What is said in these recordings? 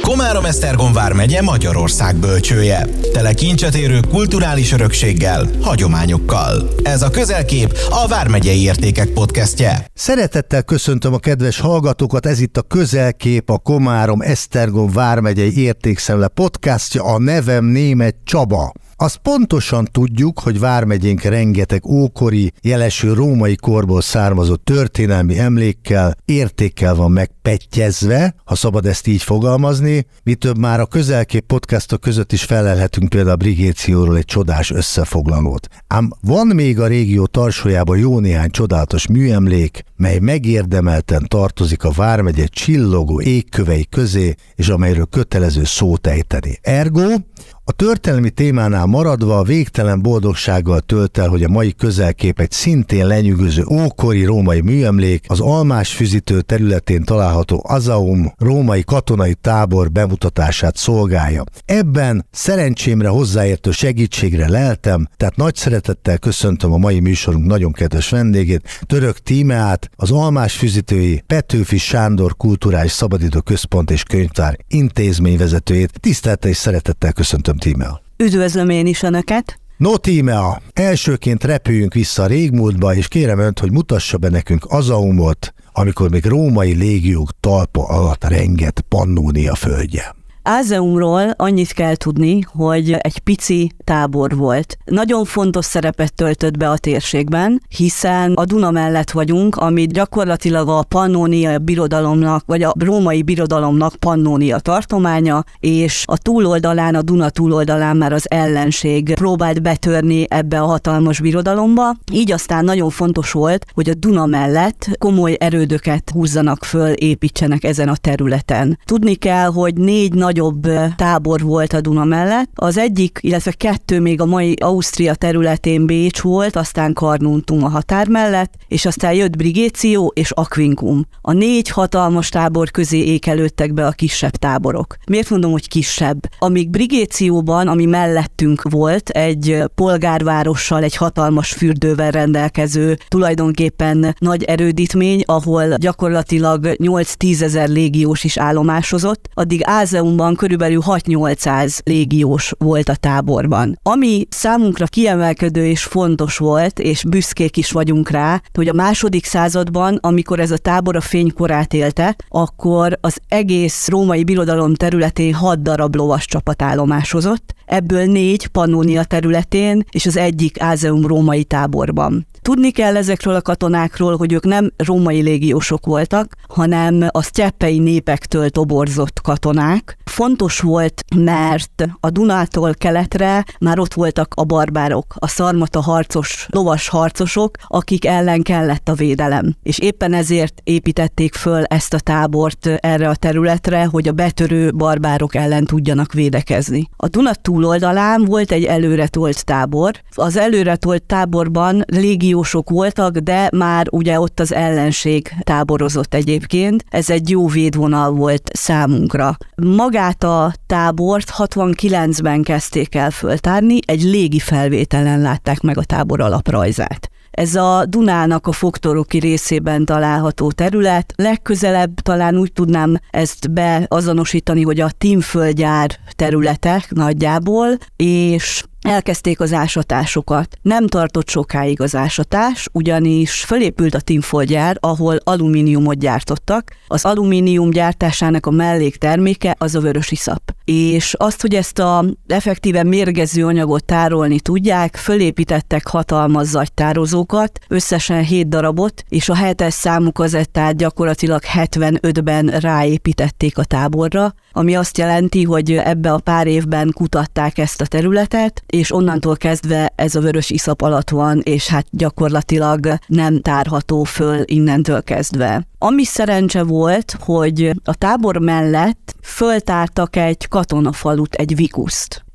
Komárom-Esztergom vármegye Magyarország bölcsője. Tele kincset érő kulturális örökséggel, hagyományokkal. Ez a Közelkép, a Vármegyei Értékek podcastje. Szeretettel köszöntöm a kedves hallgatókat, ez itt a Közelkép, a Komárom-Esztergom vármegyei Értékszemle podcastja, a nevem Németh Csaba. Azt pontosan tudjuk, hogy vármegyénk rengeteg ókori, jelesül római korból származó történelmi emlékkel, értékkel van megpettyezve, ha szabad ezt így fogalmazni. Mi több, már a Közelkép podcastok között is felelhetünk például a Brigécióról egy csodás összefoglalót. Ám van még a régió tarsójában jó néhány csodálatos műemlék, mely megérdemelten tartozik a vármegye csillogó égkövei közé, és amelyről kötelező szót ejteni. Ergo, a történelmi témánál maradva végtelen boldogsággal tölt el, hogy a mai Közelkép egy szintén lenyűgöző ókori római műemlék, az Almásfüzitő területén található Azaum római katonai tábor bemutatását szolgálja. Ebben szerencsémre hozzáértő segítségre leltem, tehát nagy szeretettel köszöntöm a mai műsorunk nagyon kedves vendégét, Török Tímeát, az Almásfüzitői Petőfi Sándor Kulturális Szabadidő Központ és Könyvtár intézményvezetőjét. Tisztelettel és szeretettel köszöntöm, Tímea. Üdvözlöm én is Önöket! No, Tímea, elsőként repüljünk vissza a régmúltba, és kérem Önt, hogy mutassa be nekünk Azaumot, amikor még római légiók talpa alatt rengett Pannónia földje. Azaumról annyit kell tudni, hogy egy pici tábor volt. Nagyon fontos szerepet töltött be a térségben, hiszen a Duna mellett vagyunk, ami gyakorlatilag a Pannónia birodalomnak, vagy a római birodalomnak Pannónia tartománya, és a túloldalán, a Duna túloldalán már az ellenség próbált betörni ebbe a hatalmas birodalomba. Így aztán nagyon fontos volt, hogy a Duna mellett komoly erődöket húzzanak föl, építsenek ezen a területen. Tudni kell, hogy 4 nagyobb tábor volt a Duna mellett. Az egyik, illetve 2 még a mai Ausztria területén Bécs volt, aztán Carnuntum a határ mellett, és aztán jött Brigéció és Aquincum. A 4 hatalmas tábor közé ékelődtek be a kisebb táborok. Miért mondom, hogy kisebb? Amíg Brigécióban, ami mellettünk volt, egy polgárvárossal, egy hatalmas fürdővel rendelkező, tulajdonképpen nagy erődítmény, ahol gyakorlatilag 8-10 ezer légiós is állomásozott, addig Azaumban körülbelül 6-800 légiós volt a táborban. Ami számunkra kiemelkedő és fontos volt, és büszkék is vagyunk rá, hogy a második században, amikor ez a tábor a fénykorát élte, akkor az egész római birodalom területén 6 darab lovas csapat állomásozott, ebből 4 Pannónia területén, és az egyik Azaum római táborban. Tudni kell ezekről a katonákról, hogy ők nem római légiósok voltak, hanem a sztyeppei népektől toborzott katonák. Fontos volt, mert a Dunától keletre már ott voltak a barbárok, a szarmata harcos, lovas harcosok, akik ellen kellett a védelem. És éppen ezért építették föl ezt a tábort erre a területre, hogy a betörő barbárok ellen tudjanak védekezni. A Duna túloldalán volt egy előretolt tábor. Az előretolt táborban légiósok voltak, de már ugye ott az ellenség táborozott egyébként. Ez egy jó védvonal volt számunkra. Magát a tábort 69-ben kezdték el föltárni, egy légi felvételen látták meg a tábor alaprajzát. Ez a Dunának a fogtoroki részében található terület. Legközelebb talán úgy tudnám ezt beazonosítani, hogy a Tinföldgyár területek nagyjából, és elkezdték az ásatásokat. Nem tartott sokáig az ásatás, ugyanis fölépült a Tinföldgyár, ahol alumíniumot gyártottak. Az alumínium gyártásának a mellékterméke az a vörösiszap. És azt, hogy ezt a effektíven mérgező anyagot tárolni tudják, fölépítettek hatalmas zagytározókat, összesen 7 darabot, és a 7-es számú kazettát gyakorlatilag 75-ben ráépítették a táborra, ami azt jelenti, hogy ebbe a pár évben kutatták ezt a területet, és onnantól kezdve ez a vörös iszap alatt van, és hát gyakorlatilag nem tárható föl innentől kezdve. Ami szerencse volt, hogy a tábor mellett föltártak egy katonafalut, egy vikuszt.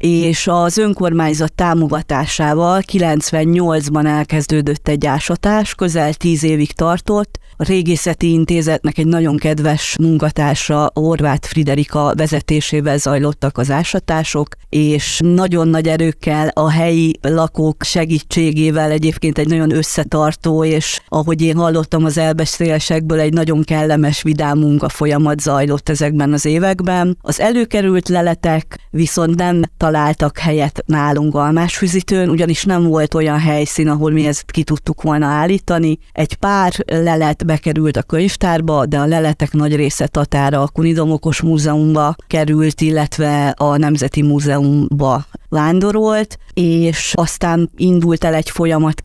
és az önkormányzat támogatásával 98-ban elkezdődött egy ásatás, közel 10 évig tartott. A Régészeti Intézetnek egy nagyon kedves munkatársa, Horváth Friderika vezetésével zajlottak az ásatások, és nagyon nagy erőkkel a helyi lakók segítségével, egyébként egy nagyon összetartó, és ahogy én hallottam az elbeszélésekből, egy nagyon kellemes, vidám munka folyamat zajlott ezekben az években. Az előkerült leletek viszont nem találtak helyet nálunk Almásfüzitőn, ugyanis nem volt olyan helyszín, ahol mi ezt ki tudtuk volna állítani. Egy pár lelet bekerült a könyvtárba, de a leletek nagy része Tatára, a Kunidomokos Múzeumba került, illetve a Nemzeti Múzeumba vándorolt, és aztán indult el egy folyamat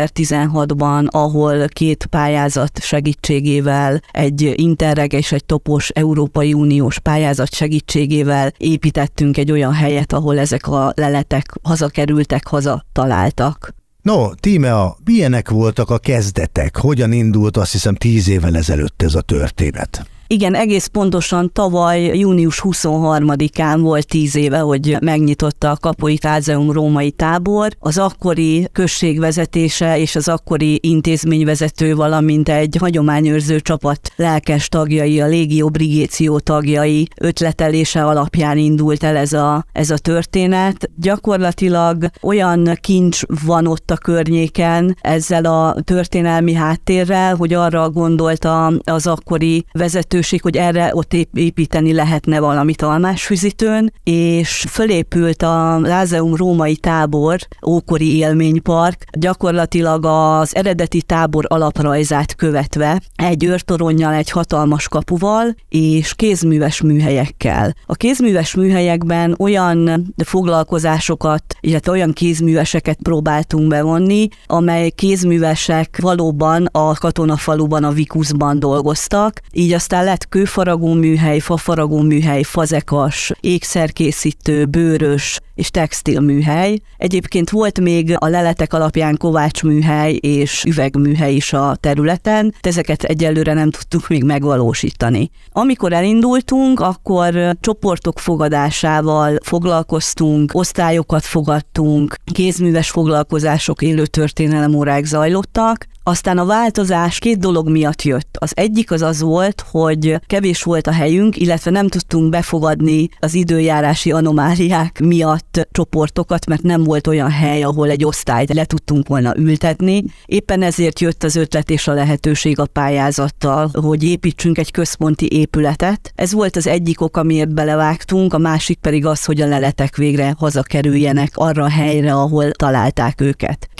2016-ban, ahol 2 pályázat segítségével, egy Interreg és egy topos Európai Uniós pályázat segítségével építettünk egy olyan helyet, ahol ezek a leletek hazakerültek, hazataláltak. No, Tímea, milyenek voltak a kezdetek? Hogyan indult, azt hiszem 10 évvel ezelőtt ez a történet? Igen, egész pontosan tavaly június 23-án volt 10 éve, hogy megnyitotta a Kapui Tázeum római tábor. Az akkori község vezetése és az akkori intézményvezető, valamint egy hagyományőrző csapat lelkes tagjai, a Légió Brigéció tagjai ötletelése alapján indult el ez a történet. Gyakorlatilag olyan kincs van ott a környéken ezzel a történelmi háttérrel, hogy arra gondolta az akkori vezető, hogy erre ott építeni lehetne valamit Almásfüzitőn, és fölépült a Tázeum római tábor, ókori élménypark, gyakorlatilag az eredeti tábor alaprajzát követve, egy őrtoronnyal, egy hatalmas kapuval, és kézműves műhelyekkel. A kézműves műhelyekben olyan foglalkozásokat, illetve olyan kézműveseket próbáltunk bevonni, amely kézművesek valóban a katonafaluban, a Vikuszban dolgoztak, így aztán lett kőfaragó műhely, fafaragó műhely, fazekas, ékszerkészítő, bőrös és textilműhely. Egyébként volt még a leletek alapján kovácsműhely és üvegműhely is a területen, de ezeket egyelőre nem tudtuk még megvalósítani. Amikor elindultunk, akkor csoportok fogadásával foglalkoztunk, osztályokat fogadtunk, kézműves foglalkozások, élő történelemórák zajlottak. Aztán a változás 2 dolog miatt jött. Az egyik az volt, hogy kevés volt a helyünk, illetve nem tudtunk befogadni az időjárási anomáliák miatt csoportokat, mert nem volt olyan hely, ahol egy osztályt le tudtunk volna ültetni. Éppen ezért jött az ötlet és a lehetőség a pályázattal, hogy építsünk egy központi épületet. Ez volt az egyik ok, amiért belevágtunk, a másik pedig az, hogy a leletek végre hazakerüljenek arra a helyre, ahol találták őket.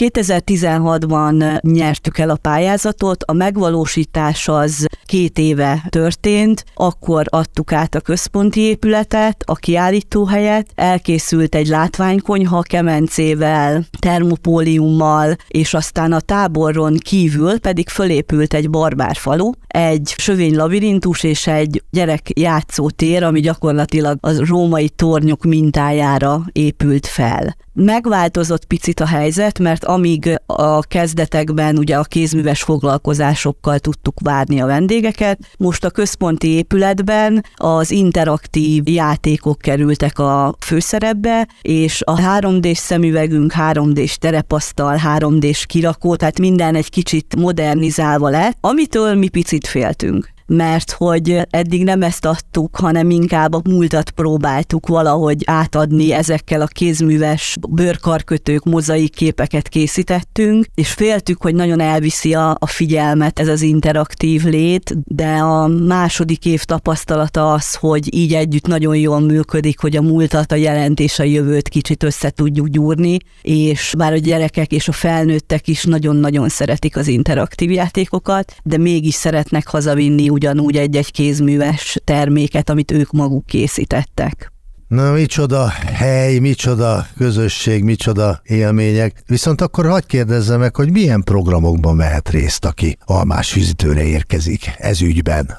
2016-ban nyertük el a pályázatot, a megvalósítás az 2 éve történt, akkor adtuk át a központi épületet, a kiállítóhelyet, elkészült egy látványkonyha kemencével, termopóliummal, és aztán a táboron kívül pedig fölépült egy barbárfalu, egy sövény labirintus és egy gyerek játszótér, ami gyakorlatilag a római tornyok mintájára épült fel. Megváltozott picit a helyzet, mert amíg a kezdetekben ugye a kézműves foglalkozásokkal tudtuk várni a vendégeket, most a központi épületben az interaktív játékok kerültek a főszerepbe, és a 3D-s szemüvegünk, 3D-s terepasztal, 3D-s kirakó, tehát minden egy kicsit modernizálva lett, amitől mi picit féltünk. Mert hogy eddig nem ezt adtuk, hanem inkább a múltat próbáltuk valahogy átadni, ezekkel a kézműves bőrkarkötők, mozaik képeket készítettünk, és féltük, hogy nagyon elviszi a figyelmet ez az interaktív lét, de a második év tapasztalata az, hogy így együtt nagyon jól működik, hogy a múltat, a jelent és a jövőt kicsit össze tudjuk gyúrni, és bár a gyerekek és a felnőttek is nagyon-nagyon szeretik az interaktív játékokat, de mégis szeretnek hazavinni ugyanúgy egy-egy kézműves terméket, amit ők maguk készítettek. Na, micsoda hely, micsoda közösség, micsoda élmények. Viszont akkor hadd kérdezzem meg, hogy milyen programokban vehet részt, aki Almásfüzitőre érkezik ez ügyben?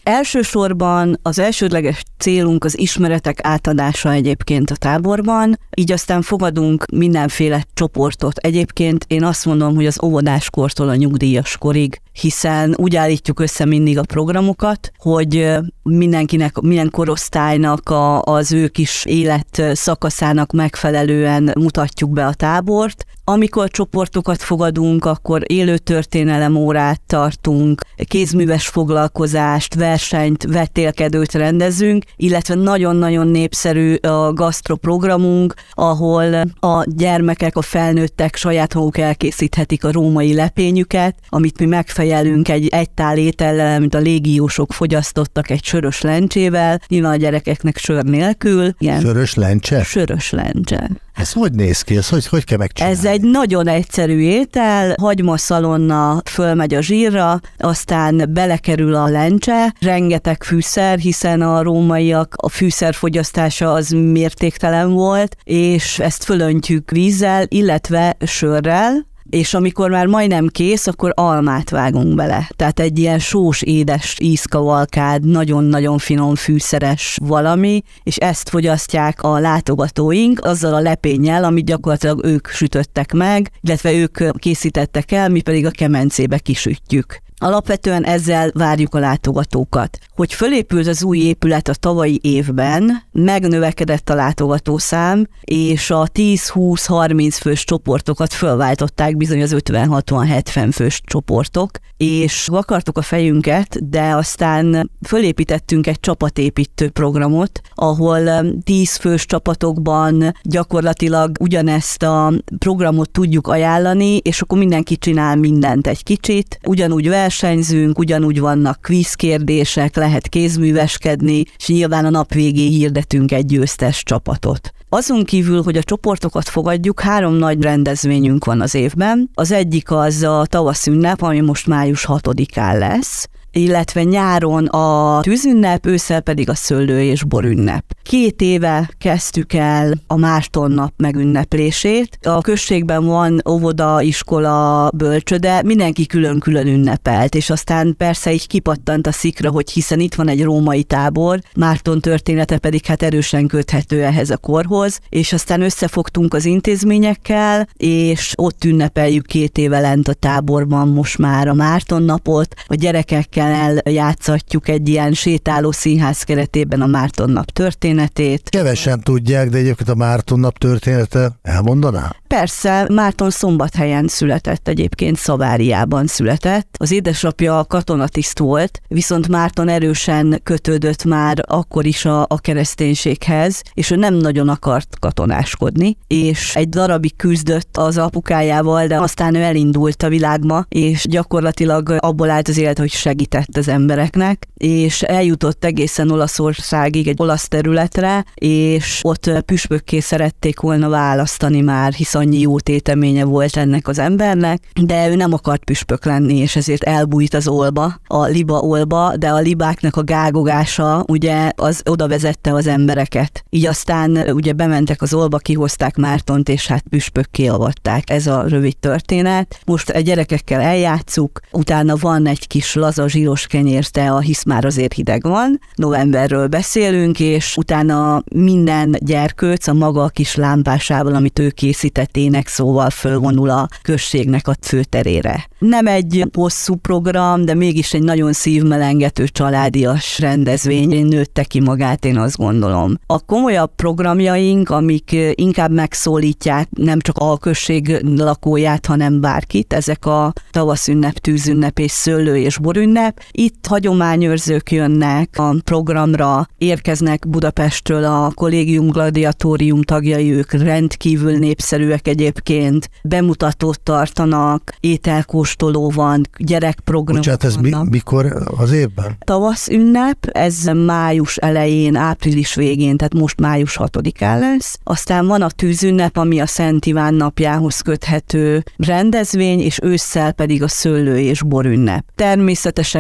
Elsősorban az elsődleges célunk az ismeretek átadása egyébként a táborban, így aztán fogadunk mindenféle csoportot. Egyébként én azt mondom, hogy az óvodáskortól a nyugdíjas korig, hiszen úgy állítjuk össze mindig a programokat, hogy mindenkinek, minden korosztálynak az ő kis élet szakaszának megfelelően mutatjuk be a tábort. Amikor csoportokat fogadunk, akkor élő történelem órát tartunk, kézműves foglalkozást, versenyt, vetélkedőt rendezünk, illetve nagyon-nagyon népszerű a gasztroprogramunk, ahol a gyermekek, a felnőttek saját maguk elkészíthetik a római lepényüket, amit mi megfejelünk egy tál étellel, amit a légiósok fogyasztottak egy sörös lencsével, nyilván a gyerekeknek sör nélkül. Igen. Sörös lencse? Sörös lencse. Ez hogy néz ki? Ez hogy kell megcsinálni? Ez egy nagyon egyszerű étel, hagymaszalonna fölmegy a zsírra, aztán belekerül a lencse, rengeteg fűszer, hiszen a rómaiak a fűszerfogyasztása az mértéktelen volt, és ezt fölöntjük vízzel, illetve sörrel, és amikor már majdnem kész, akkor almát vágunk bele. Tehát egy ilyen sós, édes ízkavalkád, nagyon-nagyon finom fűszeres valami, és ezt fogyasztják a látogatóink azzal a lepénnyel, amit gyakorlatilag ők sütöttek meg, illetve ők készítettek el, mi pedig a kemencébe kisütjük. Alapvetően ezzel várjuk a látogatókat. Hogy fölépült az új épület a tavalyi évben, megnövekedett a látogatószám, és a 10-20-30 fős csoportokat fölváltották bizony az 50-60-70 fős csoportok, és vakartuk a fejünket, de aztán fölépítettünk egy csapatépítő programot, ahol 10 fős csapatokban gyakorlatilag ugyanezt a programot tudjuk ajánlani, és akkor mindenki csinál mindent egy kicsit, ugyanúgy versenyzünk, ugyanúgy vannak kvízkérdések, lehet kézműveskedni, és nyilván a nap végén hirdetünk egy győztes csapatot. Azon kívül, hogy a csoportokat fogadjuk, 3 nagy rendezvényünk van az évben. Az egyik az a tavaszünnep, ami most május 6-án lesz, illetve nyáron a tűzünnep, ősszel pedig a szőlő- és borünnep. 2 éve kezdtük el a Mártonnap megünneplését. A községben van óvoda, iskola, bölcsöde, mindenki külön-külön ünnepelt, és aztán persze így kipattant a szikra, hogy hiszen itt van egy római tábor, Márton története pedig hát erősen köthető ehhez a korhoz, és aztán összefogtunk az intézményekkel, és ott ünnepeljük 2 éve lent a táborban most már a Mártonnapot, a gyerekekkel eljátszatjuk egy ilyen sétáló színház keretében a Mártonnap történetét. Kevesen tudják, de egyébként a Mártonnap története elmondaná? Persze, Márton Szombathelyen született, egyébként Szaváriában született. Az édesapja katonatiszt volt, viszont Márton erősen kötődött már akkor is a kereszténységhez, és ő nem nagyon akart katonáskodni, és egy darabig küzdött az apukájával, de aztán ő elindult a világba, és gyakorlatilag abból állt az élet, hogy segített az embereknek, és eljutott egészen Olaszországig, egy olasz területre, és ott püspökké szerették volna választani már, hisz annyi jó téteménye volt ennek az embernek, de ő nem akart püspök lenni, és ezért elbújt az olba, a liba olba, de a libáknak a gágogása ugye az oda vezette az embereket. Így aztán ugye bementek az olba, kihozták Mártont, és hát püspökké avatták. Ez a rövid történet. Most a gyerekekkel eljátszuk, utána van egy kis laza zsíros kenyérte, hisz már azért hideg van, novemberről beszélünk, és utána minden gyerkőc a maga kis lámpásával, amit ő készített, énekszóval fölvonul a községnek a főterére. Nem egy hosszú program, de mégis egy nagyon szívmelengető családias rendezvény. Nőtte ki magát, én azt gondolom. A komolyabb programjaink, amik inkább megszólítják nem csak a község lakóját, hanem bárkit, ezek a tavaszünnep, tűzünnep és szőlő- és borünnep. Itt hagyományőrzők jönnek a programra, érkeznek Budapestről a Collegium Gladiatorium tagjai, ők rendkívül népszerűek egyébként, bemutatót tartanak, ételkóstoló van, gyerekprogramok vannak. Bocsánat, ez mikor az évben? Tavaszünnep, ez május elején, április végén, tehát most május 6-án lesz. Aztán van a tűzünnep, ami a Szent Iván napjához köthető rendezvény, és ősszel pedig a szőlő- és borünnep. Természetesen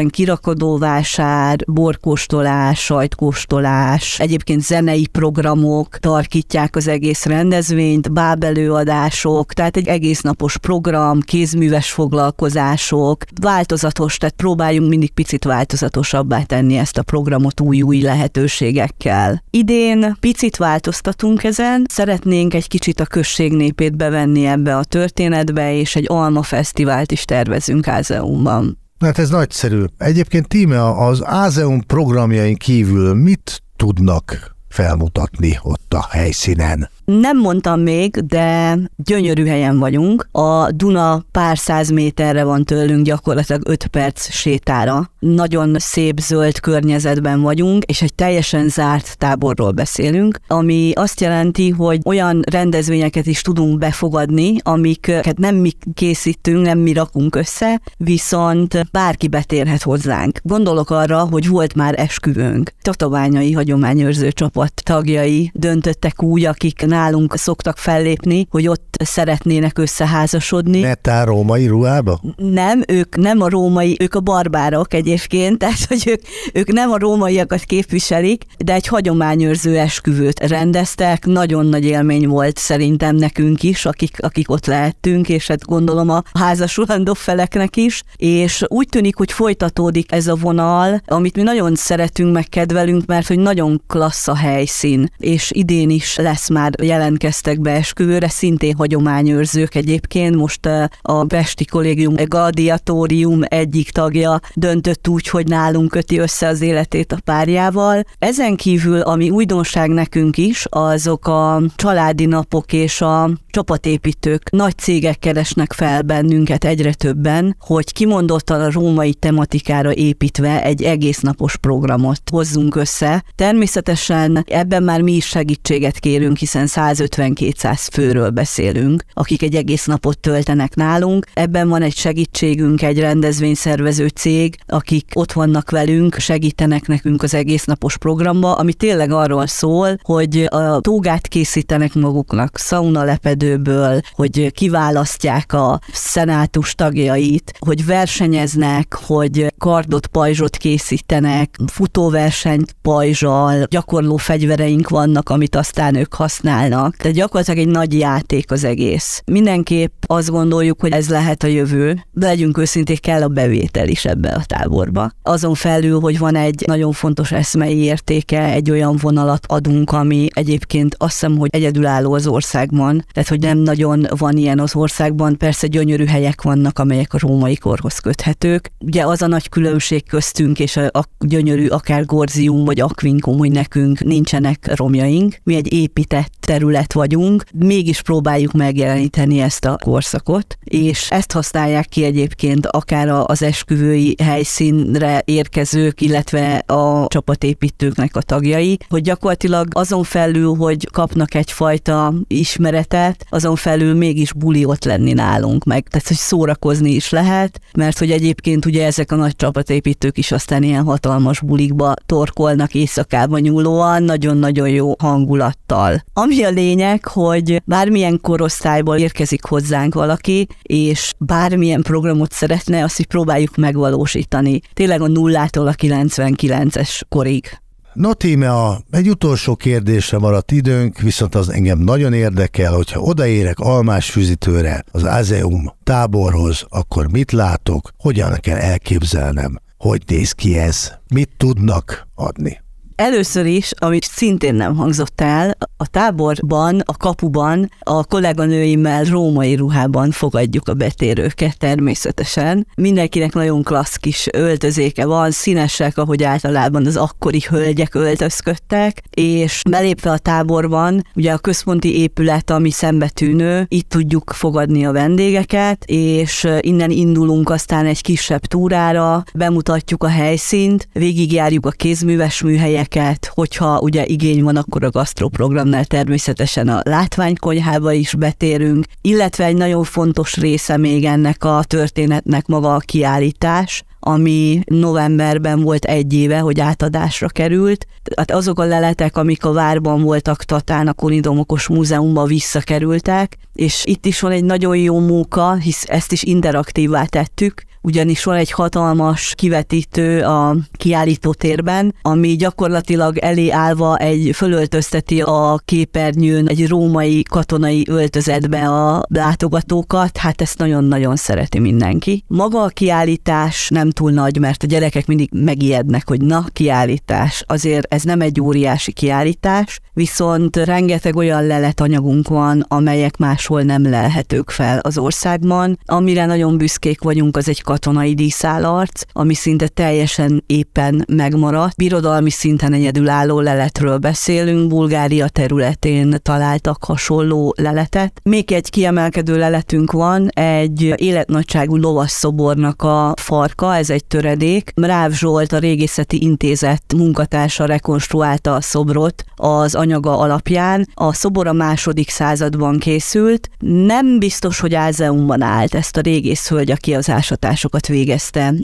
természetesen kirakodóvásár, borkóstolás, sajtkóstolás, egyébként zenei programok tarkítják az egész rendezvényt, bábelőadások, tehát egy egésznapos program, kézműves foglalkozások, változatos, tehát próbáljunk mindig picit változatosabbá tenni ezt a programot új lehetőségekkel. Idén picit változtatunk ezen, szeretnénk egy kicsit a község népét bevenni ebbe a történetbe, és egy almafesztivált is tervezünk Ázeumban. Hát ez nagyszerű. Egyébként Tíme, az Ázeum programjain kívül mit tudnak felmutatni ott a helyszínen? Nem mondtam még, de gyönyörű helyen vagyunk. A Duna pár száz méterre van tőlünk, gyakorlatilag 5 perc sétára. Nagyon szép zöld környezetben vagyunk, és egy teljesen zárt táborról beszélünk, ami azt jelenti, hogy olyan rendezvényeket is tudunk befogadni, amiket nem mi készítünk, nem mi rakunk össze, viszont bárki betérhet hozzánk. Gondolok arra, hogy volt már esküvőnk. Tatabányai hagyományőrző csapat tagjai döntöttek úgy, akik nálunk szoktak fellépni, hogy ott szeretnének összeházasodni. Netán római ruhába? Nem, ők nem a római, ők a barbárok egyébként, tehát hogy ők nem a rómaiakat képviselik, de egy hagyományőrző esküvőt rendeztek, nagyon nagy élmény volt szerintem nekünk is, akik ott lehettünk, és hát gondolom a házasulandó feleknek is, és úgy tűnik, hogy folytatódik ez a vonal, amit mi nagyon szeretünk, meg kedvelünk, mert hogy nagyon klassz a helyszín, és idén is lesz már, jelentkeztek be esküvőre, szintén hagyományőrzők egyébként. Most a Pesti Kollégium Gladiatórium egyik tagja döntött úgy, hogy nálunk köti össze az életét a párjával. Ezen kívül, ami újdonság nekünk is, azok a családi napok és a csapatépítők. Nagy cégek keresnek fel bennünket egyre többen, hogy kimondottan a római tematikára építve egy egésznapos programot hozzunk össze. Természetesen ebben már mi is segítséget kérünk, hiszen 150-200 főről beszélünk, akik egy egész napot töltenek nálunk. Ebben van egy segítségünk, egy rendezvényszervező cég, akik ott vannak velünk, segítenek nekünk az egész napos programba, ami tényleg arról szól, hogy a tógát készítenek maguknak szaunalepedőből, hogy kiválasztják a szenátus tagjait, hogy versenyeznek, hogy kardot, pajzsot készítenek, futóversenyt pajzsal, gyakorló fegyvereink vannak, amit aztán ők használnak. Tehát gyakorlatilag egy nagy játék az egész. Mindenképp azt gondoljuk, hogy ez lehet a jövő, de legyünk őszinték, kell a bevétel is ebbe a táborba. Azon felül, hogy van egy nagyon fontos eszmei értéke, egy olyan vonalat adunk, ami egyébként azt hiszem, hogy egyedülálló az országban, tehát hogy nem nagyon van ilyen az országban, persze gyönyörű helyek vannak, amelyek a római korhoz köthetők. Ugye az a nagy különbség köztünk és a gyönyörű akár Gorzium vagy Aquincum, hogy nekünk nincsenek romjaink, mi egy épített terület vagyunk, mégis próbáljuk megjeleníteni ezt a korszakot, és ezt használják ki egyébként akár az esküvői helyszínre érkezők, illetve a csapatépítőknek a tagjai, hogy gyakorlatilag azon felül, hogy kapnak egyfajta ismeretet, azon felül mégis buli ott lenni nálunk meg. Tehát, hogy szórakozni is lehet, mert hogy egyébként ugye ezek a nagy csapatépítők is aztán ilyen hatalmas bulikba torkolnak éjszakában nyúlóan, nagyon-nagyon jó hangulattal. Ami a lényeg, hogy bármilyen korosztályból érkezik hozzánk valaki, és bármilyen programot szeretne, azt is próbáljuk megvalósítani. Tényleg a 0-tól a 99-es korig. No Tíme, egy utolsó kérdésre maradt időnk, viszont az engem nagyon érdekel, hogyha odaérek Almásfüzitőre, az Ázeum táborhoz, akkor mit látok, hogyan kell elképzelnem, hogy néz ki ez, mit tudnak adni? Először is, amit szintén nem hangzott el, a táborban, a kapuban a kolléganőimmel római ruhában fogadjuk a betérőket természetesen. Mindenkinek nagyon klassz kis öltözéke van, színesek, ahogy általában az akkori hölgyek öltözködtek, és belépve a táborban, ugye a központi épület, ami szembetűnő, itt tudjuk fogadni a vendégeket, és innen indulunk aztán egy kisebb túrára, bemutatjuk a helyszínt, végigjárjuk a kézműves műhelyeket, hogyha ugye igény van, akkor a gasztroprogramnál természetesen a látványkonyhába is betérünk, illetve egy nagyon fontos része még ennek a történetnek maga a kiállítás, ami novemberben volt 1 éve, hogy átadásra került. Hát azok a leletek, amik a várban voltak Tatán, a Konidomokos Múzeumban visszakerültek, és itt is van egy nagyon jó munka, hisz ezt is interaktívvá tettük, ugyanis van egy hatalmas kivetítő a kiállítótérben, ami gyakorlatilag elé állva fölöltözteti a képernyőn egy római katonai öltözetbe a látogatókat, hát ezt nagyon-nagyon szereti mindenki. Maga a kiállítás nem túl nagy, mert a gyerekek mindig megijednek, hogy na, kiállítás. Azért ez nem egy óriási kiállítás, viszont rengeteg olyan leletanyagunk van, amelyek máshol nem lelhetők fel az országban. Amire nagyon büszkék vagyunk, az egy katonai díszállarc, ami szinte teljesen éppen megmaradt. Birodalmi szinten egyedülálló leletről beszélünk, Bulgária területén találtak hasonló leletet. Még egy kiemelkedő leletünk van, egy életnagyságú lovasszobornak a farka, ez egy töredék. Mráv Zsolt, a Régészeti Intézet munkatársa rekonstruálta a szobrot az anyaga alapján. A szobor a 2. században készült. Nem biztos, hogy ázeumban állt, ezt a régészhölgy, aki az ásatásokat végezte,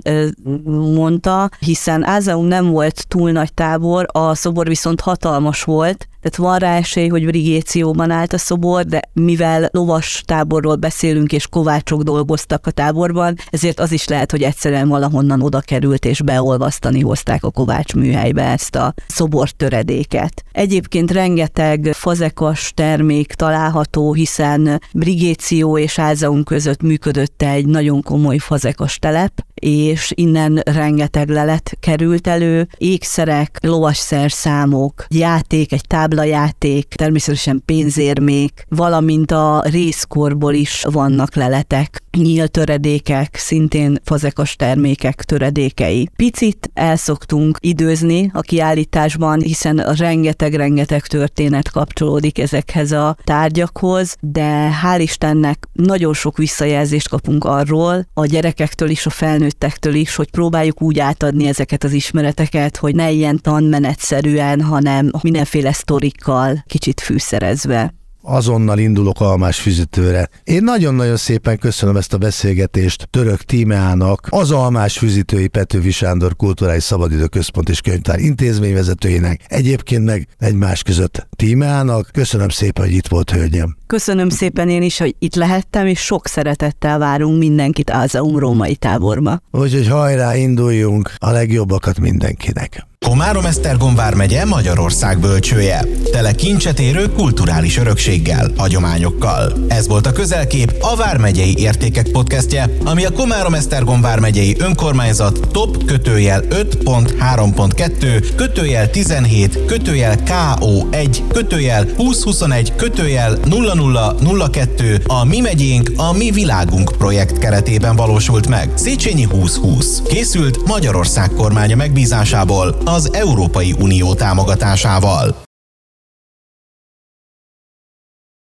mondta, hiszen ázeum nem volt túl nagy tábor, a szobor viszont hatalmas volt, tehát van rá esély, hogy Brigécióban állt a szobor, de mivel lovas táborról beszélünk, és kovácsok dolgoztak a táborban, ezért az is lehet, hogy egyszerűen valahonnan oda került, és beolvasztani hozták a kovács műhelybe ezt a szobor töredéket. Egyébként rengeteg fazekas termék található, hiszen Brigéció és Ázeum között működött egy nagyon komoly fazekas telep, és innen rengeteg lelet került elő, ékszerek, lovasszerszámok, játék, egy táblajáték, természetesen pénzérmék, valamint a rézkorból is vannak leletek, nyílt töredékek, szintén fazekas termékek töredékei. Picit el szoktunk időzni a kiállításban, hiszen rengeteg történet kapcsolódik ezekhez a tárgyakhoz, de hál' Istennek nagyon sok visszajelzést kapunk arról, a gyerekektől is, a felnőttektől is, hogy próbáljuk úgy átadni ezeket az ismereteket, hogy ne ilyen tanmenetszerűen, hanem mindenféle sztorikkal, kicsit fűszerezve. Azonnal indulok almásfüzítőre. Én nagyon-nagyon szépen köszönöm ezt a beszélgetést Török Tímeának, az Almásfüzítői Petőfi Sándor Kulturális Szabadidőközpont és Könyvtár intézményvezetőjének, egyébként meg egymás között Tímeának. Köszönöm szépen, hogy itt volt, hölgyem. Köszönöm szépen én is, hogy itt lehettem, és sok szeretettel várunk mindenkit Ázeum római táborba. Úgyhogy hajrá, induljunk, a legjobbakat mindenkinek. Komárom-Esztergom vármegye Magyarország bölcsője. Tele kincset érő kulturális örökséggel, hagyományokkal. Ez volt a Közelkép, a Vármegyei Értékek podcastje, ami a Komárom-Esztergom vármegyei önkormányzat top /5.3.2 /17 KO1 2021 0002 a Mi megyénk, a Mi világunk projekt keretében valósult meg. Széchenyi 2020. Készült Magyarország kormánya megbízásából, az Európai Unió támogatásával.